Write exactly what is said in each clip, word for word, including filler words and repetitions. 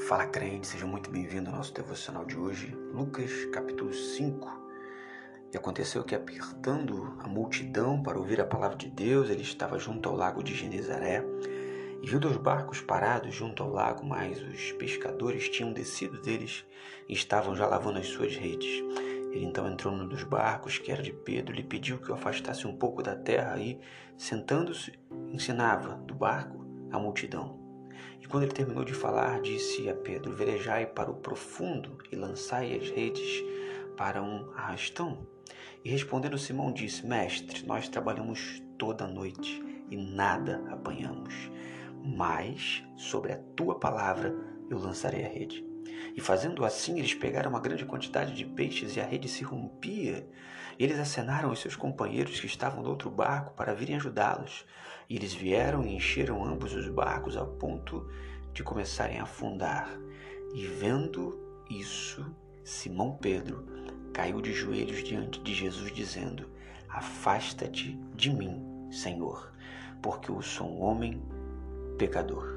Fala, crente, seja muito bem-vindo ao nosso devocional de hoje, Lucas capítulo cinco. E aconteceu que, apertando a multidão para ouvir a palavra de Deus, ele estava junto ao lago de Genezaré e viu dois barcos parados junto ao lago, mas os pescadores tinham descido deles e estavam já lavando as suas redes. Ele então entrou num dos barcos, que era de Pedro, e lhe pediu que o afastasse um pouco da terra e, sentando-se, ensinava do barco a multidão. E quando ele terminou de falar, disse a Pedro: velejai para o profundo e lançai as redes para um arrastão. E respondendo Simão disse: Mestre, nós trabalhamos toda a noite e nada apanhamos, mas sobre a tua palavra eu lançarei a rede. E fazendo assim, eles pegaram uma grande quantidade de peixes e a rede se rompia. Eles acenaram aos seus companheiros que estavam no outro barco para virem ajudá-los. E eles vieram e encheram ambos os barcos a ponto de começarem a afundar. E vendo isso, Simão Pedro caiu de joelhos diante de Jesus, dizendo: afasta-te de mim, Senhor, porque eu sou um homem pecador.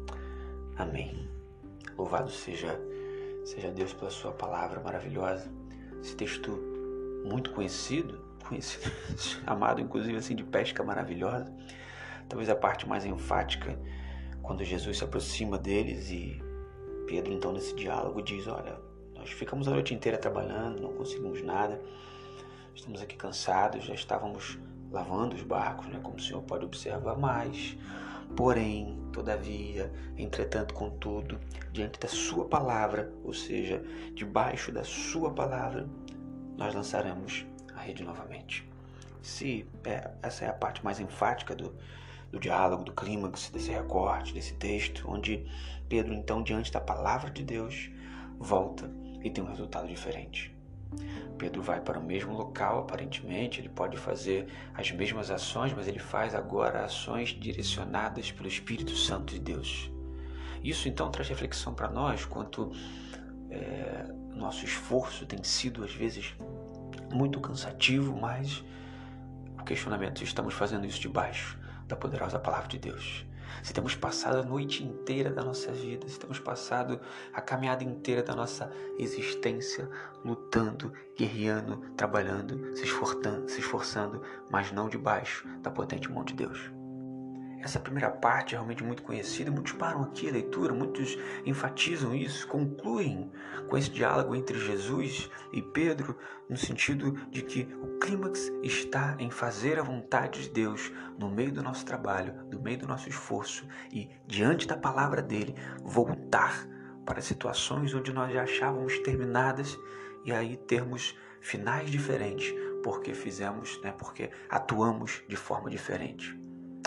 Amém. Louvado seja, seja Deus pela sua palavra maravilhosa. Esse texto muito conhecido, conhecido, chamado inclusive assim de pesca maravilhosa. Talvez a parte mais enfática, quando Jesus se aproxima deles e Pedro então nesse diálogo diz: olha, nós ficamos a noite inteira trabalhando, não conseguimos nada, estamos aqui cansados, já estávamos lavando os barcos, né, como o senhor pode observar, mas, porém, todavia, entretanto, contudo, diante da sua palavra, ou seja, debaixo da sua palavra, nós lançaremos a rede novamente. Se é, essa é a parte mais enfática do, do diálogo, do clímax, desse recorte, desse texto, onde Pedro, então, diante da palavra de Deus, volta e tem um resultado diferente. Pedro vai para o mesmo local, aparentemente, ele pode fazer as mesmas ações, mas ele faz agora ações direcionadas pelo Espírito Santo de Deus. Isso então traz reflexão para nós quanto é, nosso esforço tem sido às vezes muito cansativo, mas o questionamento: se estamos fazendo isso debaixo da poderosa palavra de Deus? Se temos passado a noite inteira da nossa vida, se temos passado a caminhada inteira da nossa existência lutando, guerreando, trabalhando, se esforçando, se esforçando, mas não debaixo da potente mão de Deus. Essa primeira parte é realmente muito conhecida, muitos param aqui a leitura, muitos enfatizam isso, concluem com esse diálogo entre Jesus e Pedro, no sentido de que o clímax está em fazer a vontade de Deus no meio do nosso trabalho, no meio do nosso esforço e, diante da palavra dele, voltar para situações onde nós já achávamos terminadas e aí termos finais diferentes, porque fizemos, né, porque atuamos de forma diferente.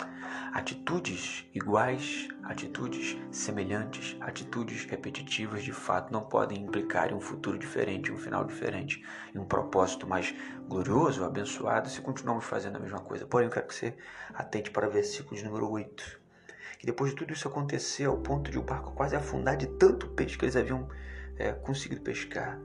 Atitudes iguais, atitudes semelhantes, atitudes repetitivas, de fato, não podem implicar em um futuro diferente, um final diferente, em um propósito mais glorioso, abençoado, se continuamos fazendo a mesma coisa. Porém, eu quero que você atente para o versículo de número oito. Que depois de tudo isso acontecer, ao ponto de o barco quase afundar de tanto peixe que eles haviam é, conseguido pescar,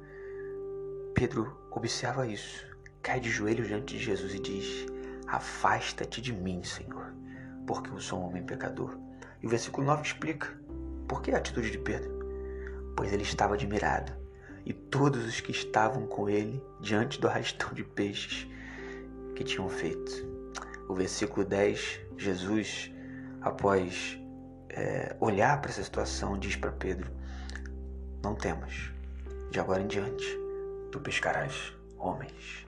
Pedro observa isso, cai de joelhos diante de Jesus e diz: afasta-te de mim, Senhor, porque eu sou um homem pecador. E o versículo nove explica por que a atitude de Pedro. Pois ele estava admirado, e todos os que estavam com ele diante do arrastão de peixes que tinham feito. O versículo dez, Jesus, após é, olhar para essa situação, diz para Pedro: não temas, de agora em diante tu pescarás homens.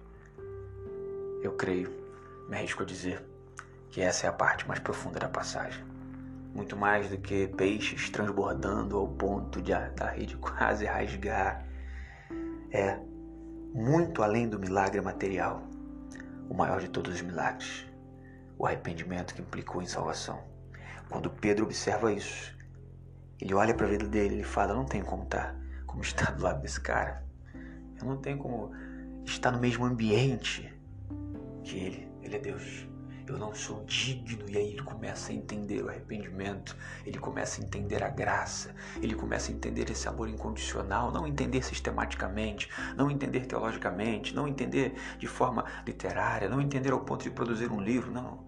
Eu creio, me arrisco a dizer, que essa é a parte mais profunda da passagem. Muito mais do que peixes transbordando ao ponto de a, da rede quase rasgar. É muito além do milagre material, o maior de todos os milagres, o arrependimento que implicou em salvação. Quando Pedro observa isso, ele olha para a vida dele e ele fala: não tenho como estar como estar do lado desse cara. Eu não tenho como estar no mesmo ambiente que ele. Ele é Deus. Eu não sou digno. E aí ele começa a entender o arrependimento, ele começa a entender a graça, ele começa a entender esse amor incondicional, não entender sistematicamente, não entender teologicamente, não entender de forma literária, não entender ao ponto de produzir um livro, não,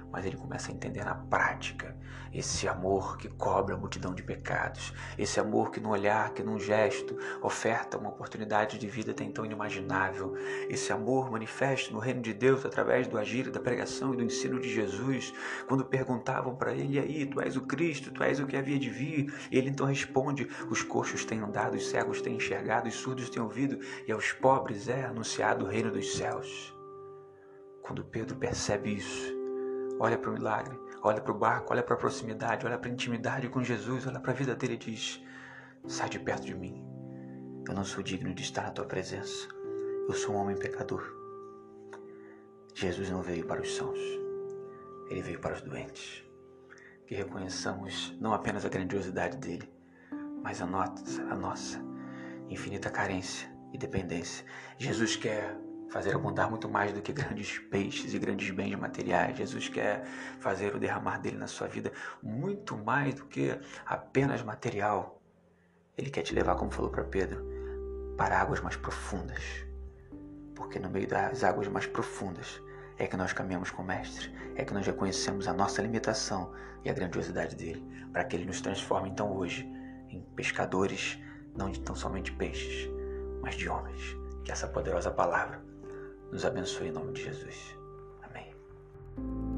mas ele começa a entender na prática esse amor que cobre a multidão de pecados, esse amor que no olhar, que num gesto oferta uma oportunidade de vida até então inimaginável, esse amor manifesto no reino de Deus através do agir, da pregação e do ensino de Jesus. Quando perguntavam para ele: e aí, tu és o Cristo, tu és o que havia de vir? Ele então responde: os coxos têm andado, os cegos têm enxergado, os surdos têm ouvido, e aos pobres é anunciado o reino dos céus. Quando Pedro percebe isso, olha para o milagre, olha para o barco, olha para a proximidade, olha para a intimidade com Jesus, olha para a vida dele e diz: sai de perto de mim, eu não sou digno de estar na tua presença, eu sou um homem pecador. Jesus não veio para os sãos, ele veio para os doentes. Que reconheçamos não apenas a grandiosidade dele, mas a nossa, a nossa infinita carência e dependência. Jesus quer fazer abundar muito mais do que grandes peixes e grandes bens materiais. Jesus quer fazer o derramar dele na sua vida muito mais do que apenas material. Ele quer te levar, como falou para Pedro, para águas mais profundas. Porque no meio das águas mais profundas é que nós caminhamos com o Mestre, é que nós reconhecemos a nossa limitação e a grandiosidade dele, para que ele nos transforme então hoje em pescadores, não de tão somente peixes, mas de homens. Que essa poderosa palavra nos abençoe em nome de Jesus. Amém.